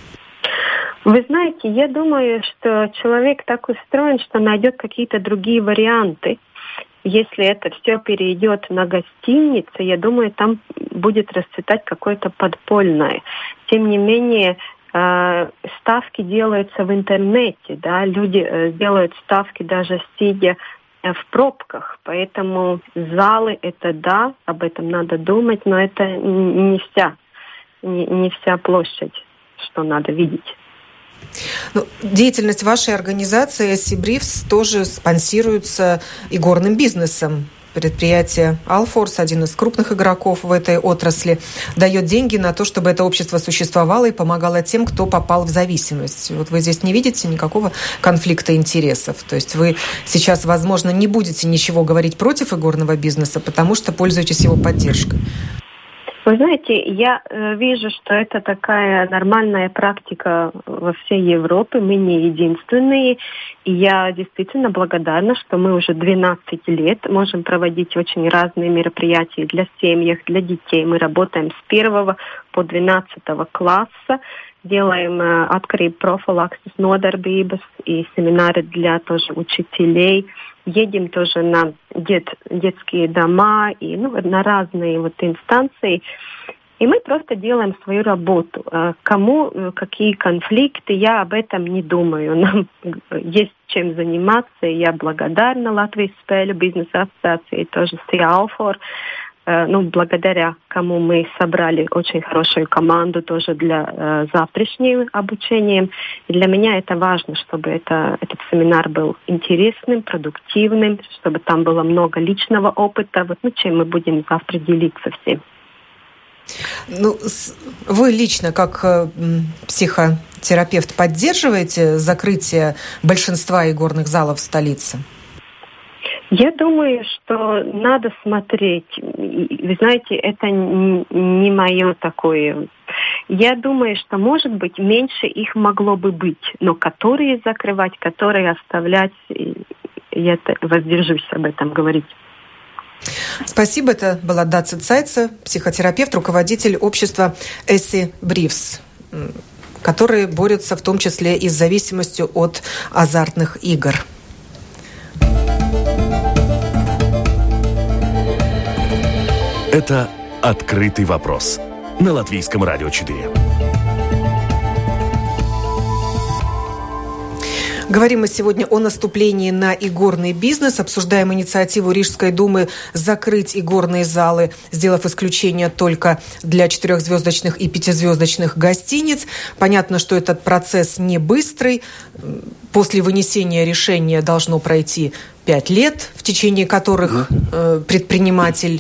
Вы знаете, я думаю, что человек так устроен, что найдет какие-то другие варианты. Если это все перейдет на гостиницы, я думаю, там будет расцветать какое-то подпольное. Тем не менее, ставки делаются в интернете, да, люди делают ставки даже сидя в пробках, поэтому залы это да, об этом надо думать, но это не вся площадь, что надо видеть. Деятельность вашей организации Эсси Бривс тоже спонсируется игорным бизнесом. Предприятие Алфорс, один из крупных игроков в этой отрасли, дает деньги на то, чтобы это общество существовало и помогало тем, кто попал в зависимость. Вы здесь не видите никакого конфликта интересов. То есть вы сейчас, возможно, не будете ничего говорить против игорного бизнеса, потому что пользуетесь его поддержкой. Вы знаете, я вижу, что это такая нормальная практика во всей Европе. Мы не единственные. И я действительно благодарна, что мы уже 12 лет можем проводить очень разные мероприятия для семьи, для детей. Мы работаем с 1 по 12 класса. Делаем atkarību профилаксис, нодarbības и семинары для тоже учителей. Едем тоже на детские дома и на разные инстанции. И мы просто делаем свою работу. Кому какие конфликты, я об этом не думаю. Нам есть чем заниматься. И я благодарна Латвijas спēļu бизнеса ассоциации, тоже Алфор. Благодаря кому мы собрали очень хорошую команду тоже для завтрашнего обучения. И для меня это важно, чтобы этот семинар был интересным, продуктивным, чтобы там было много личного опыта, чем мы будем завтра делиться всем. Вы лично, как психотерапевт, поддерживаете закрытие большинства игорных залов в столице? Я думаю, что надо смотреть. Вы знаете, это не мое такое. Я думаю, что, может быть, меньше их могло бы быть. Но которые закрывать, которые оставлять, я воздержусь об этом говорить. Спасибо. Это была Даци Цайца, психотерапевт, руководитель общества Эсси Бривс, которые борются в том числе и с зависимостью от азартных игр. Это «Открытый вопрос» на Латвийском радио 4. Говорим мы сегодня о наступлении на игорный бизнес. Обсуждаем инициативу Рижской думы закрыть игорные залы, сделав исключение только для 4-звездочных и 5-звездочных гостиниц. Понятно, что этот процесс не быстрый. После вынесения решения должно пройти 5 лет, в течение которых предприниматель,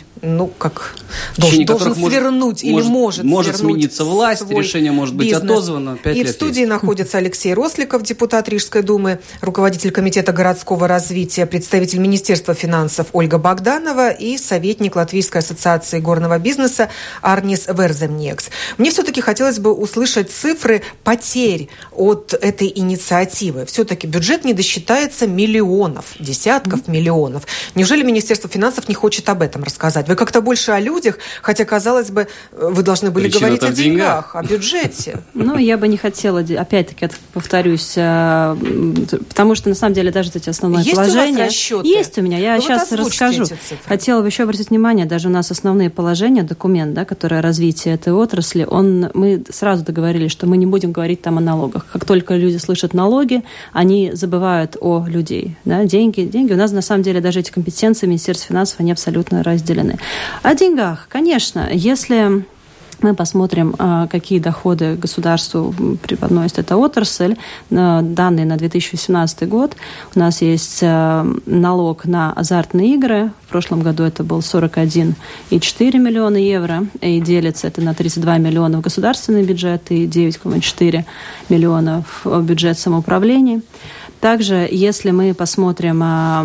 должен свернуть или может смениться власть, решение может быть отозвано. 5 лет в студии находится Алексей Росликов, депутат Рижской думы, руководитель комитета городского развития, представитель Министерства финансов Ольга Богданова и советник Латвийской ассоциации горного бизнеса Арнис Верземниекс. Мне все-таки хотелось бы услышать цифры потерь от этой инициативы. Все-таки бюджет не досчитается миллионов, десятков миллионов. Неужели Министерство финансов не хочет об этом рассказать? Вы как-то больше о людях, хотя, казалось бы, вы должны были говорить о деньгах, о бюджете. Я бы не хотела, опять-таки, повторюсь, потому что, на самом деле, даже эти основные положения... Есть у вас расчеты? Есть у меня, я сейчас расскажу. Хотела бы еще обратить внимание, даже у нас основные положения, документ, который о развитии этой отрасли, мы сразу договорились, что мы не будем говорить там о налогах. Как только люди слышат налоги, они забывают о людей. Деньги. У нас, на самом деле, даже эти компетенции Министерства финансов, они абсолютно разделены. О деньгах, конечно, если мы посмотрим, какие доходы государству преподносит эта отрасль, данные на 2018 год, у нас есть налог на азартные игры, в прошлом году это был 41,4 миллиона евро, и делится это на 32 миллиона в государственный бюджет и 9,4 миллиона в бюджет самоуправления. Также, если мы посмотрим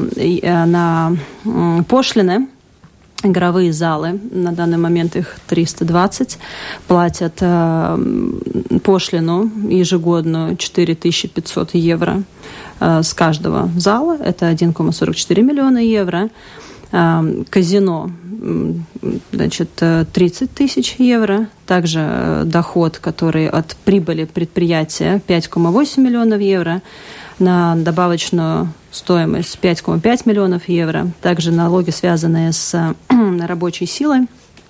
на пошлины, игровые залы, на данный момент их 320, платят пошлину ежегодную 4500 евро с каждого зала, это 1,44 миллиона евро. Казино, 30 тысяч евро. Также доход, который от прибыли предприятия, 5,8 миллионов евро. На добавочную стоимость 5,5 миллионов евро. Также налоги, связанные с рабочей силой,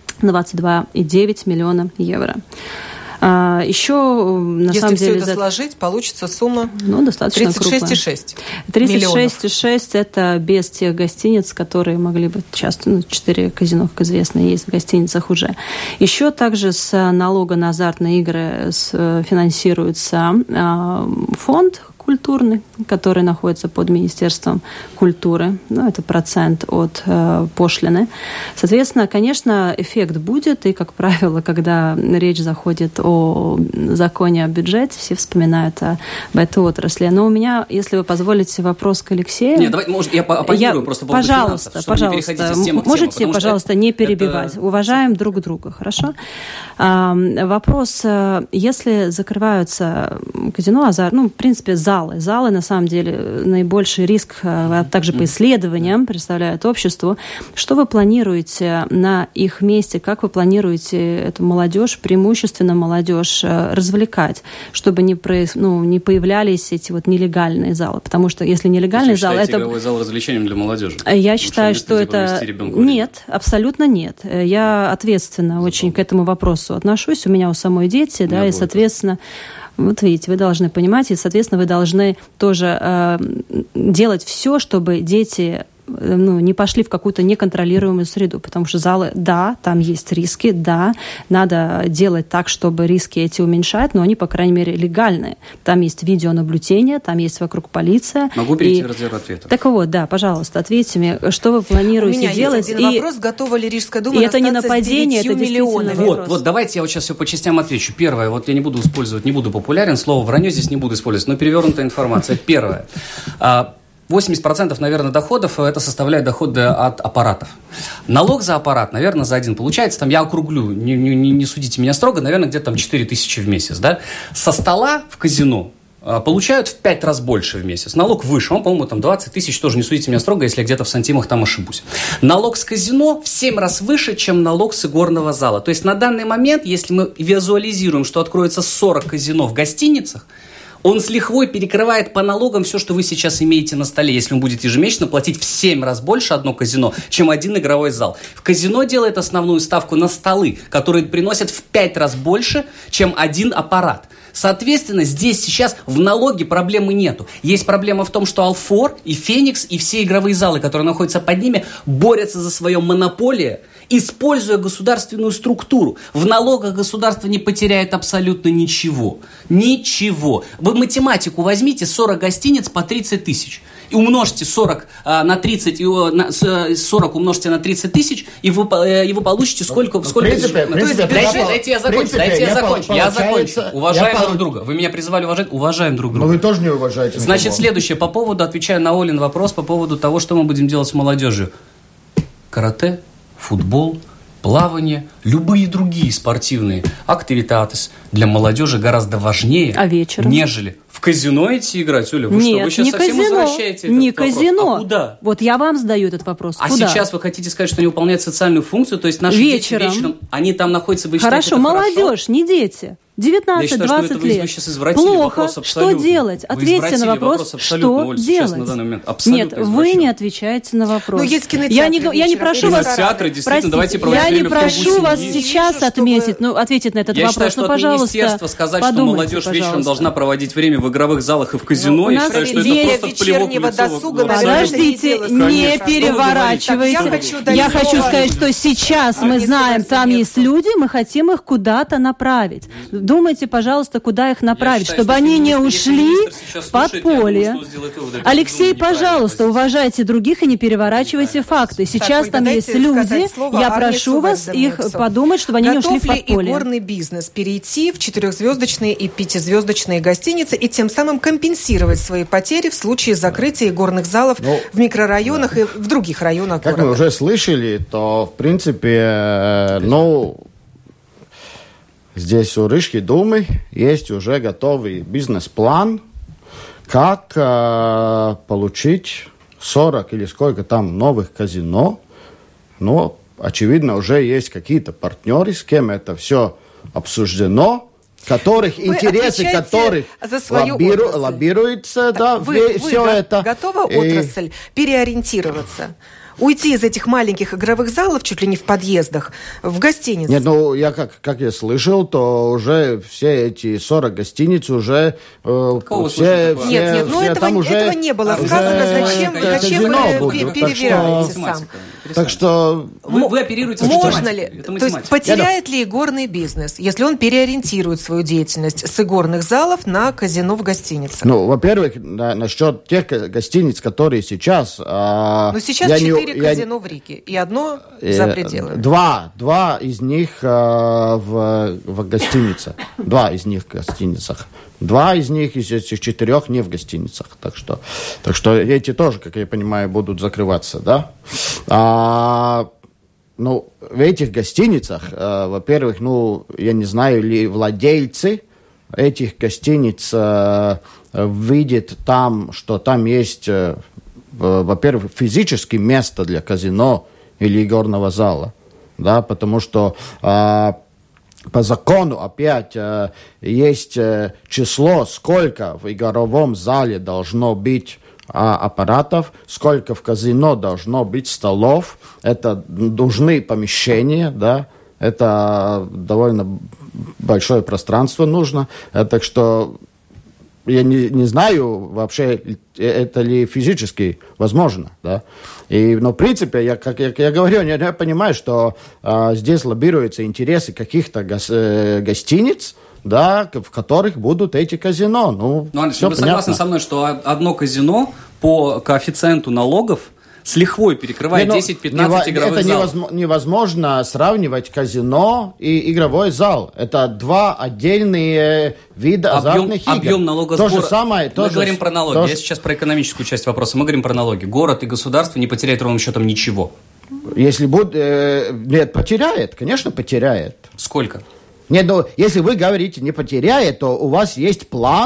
22,9 миллиона евро. Еще, на самом деле... Если все это сложить, получится сумма достаточно 36,6 36,6 это без тех гостиниц, которые могли бы часто... 4 казино, как известно, есть в гостиницах уже. Еще также с налога на азартные игры финансируется фонд культурный, который находится под Министерством культуры. Это процент от пошлины. Соответственно, конечно, эффект будет. И, как правило, когда речь заходит о законе о бюджете, все вспоминают об этой отрасли. Но у меня, если вы позволите, вопрос к Алексею. Нет, давайте, может, я оппонирую просто по поводу финансов, чтобы не переходить из темы к теме. Можете, пожалуйста, не перебивать. Уважаем друг друга, хорошо? Вопрос, если закрываются казино, в принципе, залы, на самом деле, наибольший риск, а также по исследованиям представляют обществу. Что вы планируете на их месте? Как вы планируете эту молодежь, преимущественно молодежь, развлекать, чтобы не появлялись эти нелегальные залы? Потому что если нелегальный зал... это игровой зал развлечением для молодежи? Я считаю, что это... Нет, абсолютно нет. Я ответственно очень к этому вопросу отношусь. У меня у самой дети, и, соответственно... Вот видите, вы должны понимать, и, соответственно, вы должны тоже делать все, чтобы дети не пошли в какую-то неконтролируемую среду, потому что залы, да, там есть риски, да, надо делать так, чтобы риски эти уменьшать, но они, по крайней мере, легальные. Там есть видеонаблюдение, там есть вокруг полиция. Могу перейти в раздел ответов? Так вот, да, пожалуйста, ответьте мне, что вы планируете делать? У меня есть один вопрос, готова ли Рижская дума это не нападение, это действительно вопрос. Вот, давайте я сейчас все по частям отвечу. Первое, я не буду популярен, слово «вранье» здесь не буду использовать, но перевернутая информация. Первое. 80%, наверное, доходов это составляет доходы от аппаратов. Налог за аппарат, наверное, за один получается, я округлю, не судите меня строго, наверное, где-то 4 тысячи в месяц. Да? Со стола в казино получают в 5 раз больше в месяц. Налог выше, он, по-моему, там 20 тысяч, тоже не судите меня строго, если я где-то в сантимах там ошибусь. Налог с казино в 7 раз выше, чем налог с игорного зала. То есть на данный момент, если мы визуализируем, что откроется 40 казино в гостиницах, он с лихвой перекрывает по налогам все, что вы сейчас имеете на столе, если он будет ежемесячно платить в 7 раз больше одно казино, чем один игровой зал. В казино делает основную ставку на столы, которые приносят в 5 раз больше, чем один аппарат. Соответственно, здесь сейчас в налоге проблемы нету. Есть проблема в том, что Алфор и Феникс и все игровые залы, которые находятся под ними, борются за свое монополие, используя государственную структуру. В налогах государство не потеряет абсолютно ничего. Ничего. Вы математику возьмите, 40 гостиниц по 30 тысяч. И умножьте 40 на 30, 40 умножьте на 30 тысяч, и вы получите сколько... Дайте я закончу. Уважаем друг друга. Вы меня призывали уважать? Уважаем друг друга. Но вы тоже не уважаете. Значит, следующее. По поводу, отвечаю на Олин вопрос, по поводу того, что мы будем делать с молодежью. Карате, футбол, плавание, любые другие спортивные активитатес для молодежи гораздо важнее, нежели в казино идти играть. Оля, вы что, вы сейчас совсем возвращаете этот вопрос? Казино. А куда? Вот я вам задаю этот вопрос. А куда? Сейчас вы хотите сказать, что они выполняют социальную функцию, то есть наши дети вечером, они там находятся, вы считаете, хорошо, молодежь, не дети. 19-20 лет. Плохо. Что делать? Ответьте на вопрос, что делать? Нет, вы не отвечаете на вопрос. Я не прошу вас... Я не прошу вас сейчас ответить на этот вопрос. Я считаю, что от министерства сказать, что молодежь вечером должна проводить время в игровых залах и в казино, я считаю, что это просто плевок в лицо. Подождите, не переворачивайте. Я хочу сказать, что сейчас мы знаем, там есть люди, мы хотим их куда-то направить. Думайте, пожалуйста, куда их направить, чтобы они не ушли в подполье. Алексей, пожалуйста, уважайте других и не переворачивайте факты. Сейчас там есть люди, я прошу вас их подумать, чтобы они не ушли в подполье. Готов ли игорный бизнес перейти в 4-звездочные и 5-звездочные гостиницы и тем самым компенсировать свои потери в случае закрытия игорных залов в микрорайонах и в других районах города? Как мы уже слышали, то, в принципе, здесь у Рижской думы есть уже готовый бизнес-план, как получить 40 или сколько там новых казино. Но, очевидно, уже есть какие-то партнеры, с кем это все обсуждено, интересы которых лоббируются, все это. Готова отрасль переориентироваться? Уйти из этих маленьких игровых залов, чуть ли не в подъездах, в гостиницы? Нет, я как я слышал, то уже все эти 40 гостиниц уже... Этого не было сказано. Зачем вы перевираете сам? Так что... Вы оперируете с можно ли? То есть потеряет ли игорный бизнес, если он переориентирует свою деятельность с игорных залов на казино в гостиницах? Во-первых, насчет тех гостиниц, которые сейчас... Но сейчас 4 казино в Риге, и одно за пределами. Два из них в гостиницах. 2 из них в гостиницах. 2 из них из этих 4 не в гостиницах. Так что эти тоже, как я понимаю, будут закрываться, да? В этих гостиницах, во-первых, я не знаю, ли владельцы этих гостиниц видят там, что там есть... во-первых, физически место для казино или игорного зала, да, потому что по закону опять есть число, сколько в игровом зале должно быть аппаратов, сколько в казино должно быть столов, это нужны помещения, да, это довольно большое пространство нужно, так что я не знаю вообще, это ли физически возможно, да. Но в принципе, как я говорю, я понимаю, что здесь лоббируются интересы каких-то гостиниц, да, в которых будут эти казино. Андреевич, вы согласны со мной, что одно казино по коэффициенту налогов с лихвой перекрывает 10-15 игровых залов? Это невозможно сравнивать казино и игровой зал. Это 2 отдельные вида азартных игр. Объем налогосбора. Мы говорим про налоги. Я сейчас про экономическую часть вопроса. Мы говорим про налоги. Город и государство не потеряют ровным счетом ничего. Если будет... Нет, потеряет. Конечно, потеряет. Сколько? Нет, если вы говорите не потеряет, то у вас есть план,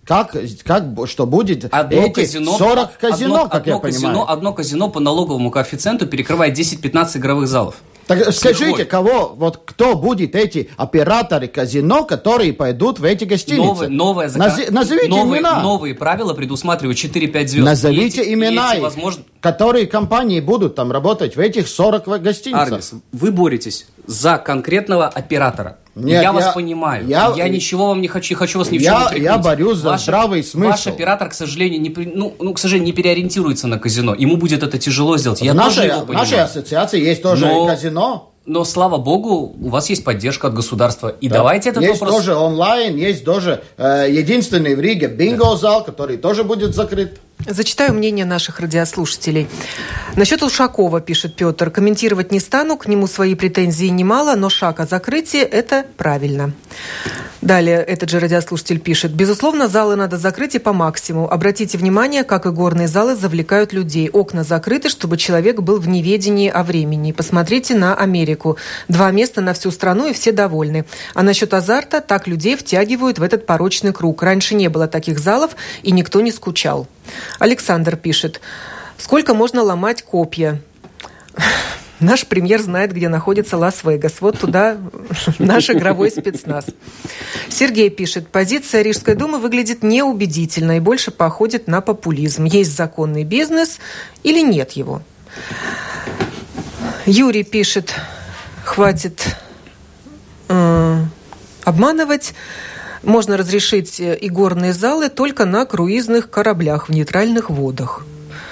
что будет эти 40 казино, как я понимаю. Одно казино по налоговому коэффициенту перекрывает 10-15 игровых залов. Так скажите, кто будет эти операторы казино, которые пойдут в эти гостиницы? Назовите имена. Новые правила предусматривают 4-5 звезд. Назовите имена, которые компании будут там работать в этих 40 гостиницах. Арнис, вы боретесь за конкретного оператора. Нет, я вас понимаю. Я ничего вам не хочу вас ни в чем не прикрыть. Я борюсь за здравый смысл. Ваш оператор, к сожалению, не переориентируется на казино. Ему будет это тяжело сделать. В нашей ассоциации есть тоже казино. Но, слава богу, у вас есть поддержка от государства. И давайте этот вопрос... Есть тоже онлайн, есть тоже единственный в Риге бинго-зал, который тоже будет закрыт. Зачитаю мнение наших радиослушателей. Насчет Ушакова, пишет Петр, комментировать не стану, к нему свои претензии немало, но шаг о закрытии – это правильно. Далее этот же радиослушатель пишет. Безусловно, залы надо закрыть и по максимуму. Обратите внимание, как и горные залы завлекают людей. Окна закрыты, чтобы человек был в неведении о времени. Посмотрите на Америку. 2 места на всю страну, и все довольны. А насчет азарта, так людей втягивают в этот порочный круг. Раньше не было таких залов, и никто не скучал. Александр пишет. Сколько можно ломать копья? Наш премьер знает, где находится Лас-Вегас. Вот туда наш игровой спецназ. Сергей пишет. Позиция Рижской думы выглядит неубедительно и больше походит на популизм. Есть законный бизнес или нет его? Юрий пишет. Хватит обманывать. Можно разрешить игорные залы только на круизных кораблях в нейтральных водах.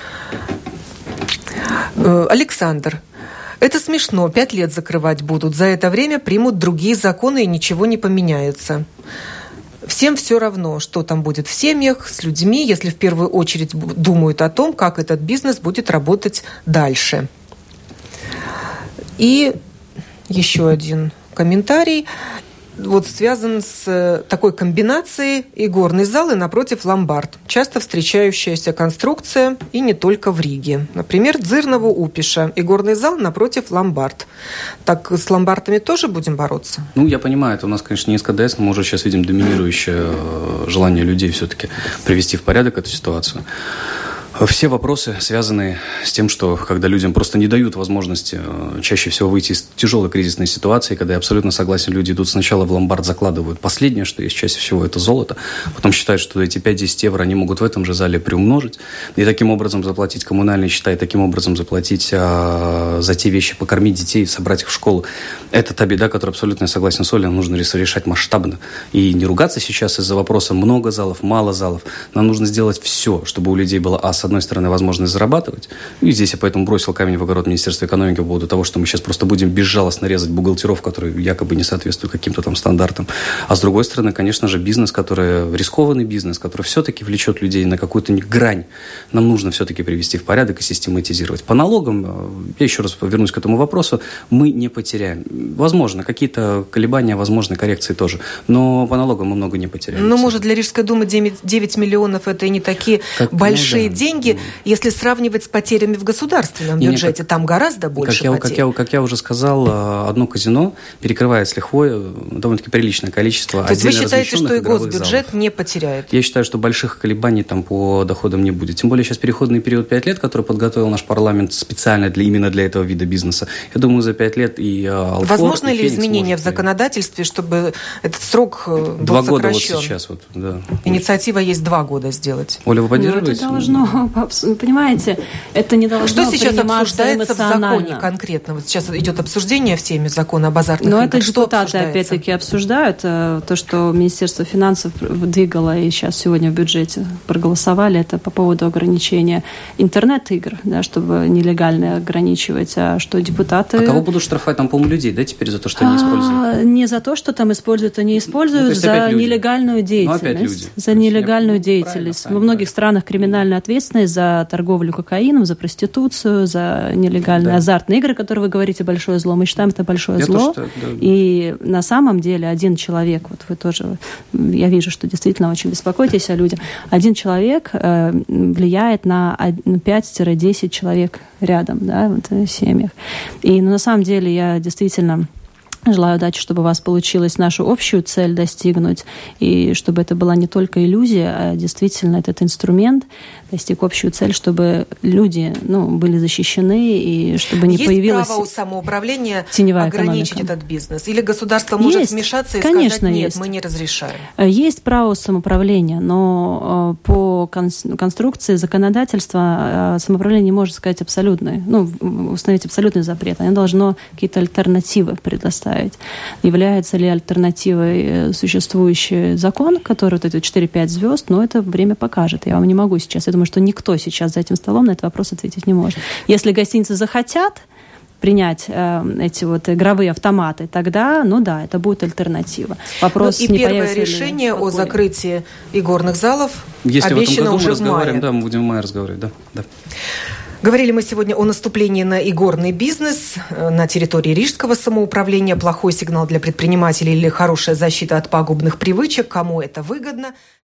Александр. Это смешно. 5 лет закрывать будут. За это время примут другие законы и ничего не поменяется. Всем все равно, что там будет в семьях, с людьми, если в первую очередь думают о том, как этот бизнес будет работать дальше. И еще один комментарий. Вот связан с такой комбинацией игорный зал и напротив ломбард. Часто встречающаяся конструкция и не только в Риге. Например, Дзырново-Упиша. Игорный зал напротив ломбард. Так с ломбардами тоже будем бороться? Я понимаю, это у нас, конечно, не СКДС, но мы уже сейчас видим доминирующее желание людей все-таки привести в порядок эту ситуацию. Все вопросы связаны с тем, что когда людям просто не дают возможности чаще всего выйти из тяжелой кризисной ситуации, когда я абсолютно согласен, люди идут сначала в ломбард, закладывают последнее, что есть чаще всего, это золото, потом считают, что эти 5-10 евро они могут в этом же зале приумножить, и таким образом заплатить коммунальные счета, и таким образом заплатить за те вещи, покормить детей, собрать их в школу. Это та беда, которую абсолютно я согласен с Олей, нужно решать масштабно. И не ругаться сейчас из-за вопроса много залов, мало залов. Нам нужно сделать все, чтобы у людей было с одной стороны, возможность зарабатывать. И здесь я поэтому бросил камень в огород Министерства экономики по поводу того, что мы сейчас просто будем безжалостно резать бухгалтеров, которые якобы не соответствуют каким-то там стандартам. А с другой стороны, конечно же, бизнес, который рискованный бизнес, который все-таки влечет людей на какую-то грань, нам нужно все-таки привести в порядок и систематизировать. По налогам, я еще раз вернусь к этому вопросу, мы не потеряем. Возможно, какие-то колебания, возможно, коррекции тоже. Но по налогам мы много не потеряем. Ну, может, для Рижской думы 9 миллионов это и не такие большие деньги, если сравнивать с потерями в государственном бюджете. Там гораздо больше потерь. Как я уже сказал, одно казино перекрывает с лихвой довольно-таки приличное количество отдельно размещенных игровых залов. То есть вы считаете, что и госбюджет не потеряет? Я считаю, что больших колебаний там по доходам не будет. Тем более сейчас переходный период 5 лет, который подготовил наш парламент специально именно для этого вида бизнеса. Я думаю, за 5 лет и Алфор, возможно ли изменения в законодательстве, чтобы этот срок был 2 сокращен? года вот сейчас. Да. Инициатива есть 2 года сделать. Оля, вы поддерживаете? Это должно... Понимаете, это не должно приниматься эмоционально. Что сейчас обсуждается в законе конкретно? Вот сейчас идет обсуждение в теме закона об азартных играх. Но это депутаты опять-таки обсуждают. То, что Министерство финансов двигало и сейчас сегодня в бюджете проголосовали, это по поводу ограничения интернет-игр, да, чтобы нелегально ограничивать. А что депутаты... А кого будут штрафовать? Там, по-моему, людей, да, теперь за то, что они используют? Не за то, что там используют, они используют за нелегальную деятельность. За нелегальную деятельность. Во многих странах криминальная ответственность за торговлю кокаином, за проституцию, за нелегальные азартные игры, которые вы говорите, большое зло. Мы считаем, это большое зло. И на самом деле один человек, вот вы тоже, я вижу, что действительно очень беспокоитесь о людях, один человек влияет на 5-10 человек рядом, да, в семьях. И на самом деле я действительно Желаю удачи, чтобы у вас получилось нашу общую цель достигнуть, и чтобы это была не только иллюзия, а действительно этот инструмент достиг общую цель, чтобы люди были защищены, и чтобы не появилась Есть право у самоуправления теневая ограничить экономика. этот бизнес? Или государство может вмешаться и сказать, нет, мы не разрешаем? Есть право самоуправления, но по конструкции законодательства самоуправление не может сказать абсолютный, установить абсолютный запрет. Оно должно какие-то альтернативы предоставить. Является ли альтернативой существующий закон, который вот эти 4-5 звезд, но это время покажет. Я вам не могу сейчас. Я думаю, что никто сейчас за этим столом на этот вопрос ответить не может. Если гостиницы захотят принять эти вот игровые автоматы, тогда, это будет альтернатива. Вопрос, и первое решение о закрытии игорных залов если обещано в этом году уже мы в мае. разговариваем, мы будем в мае разговаривать, да. Говорили мы сегодня о наступлении на игорный бизнес на территории Рижского самоуправления. Плохой сигнал для предпринимателей или хорошая защита от пагубных привычек. Кому это выгодно?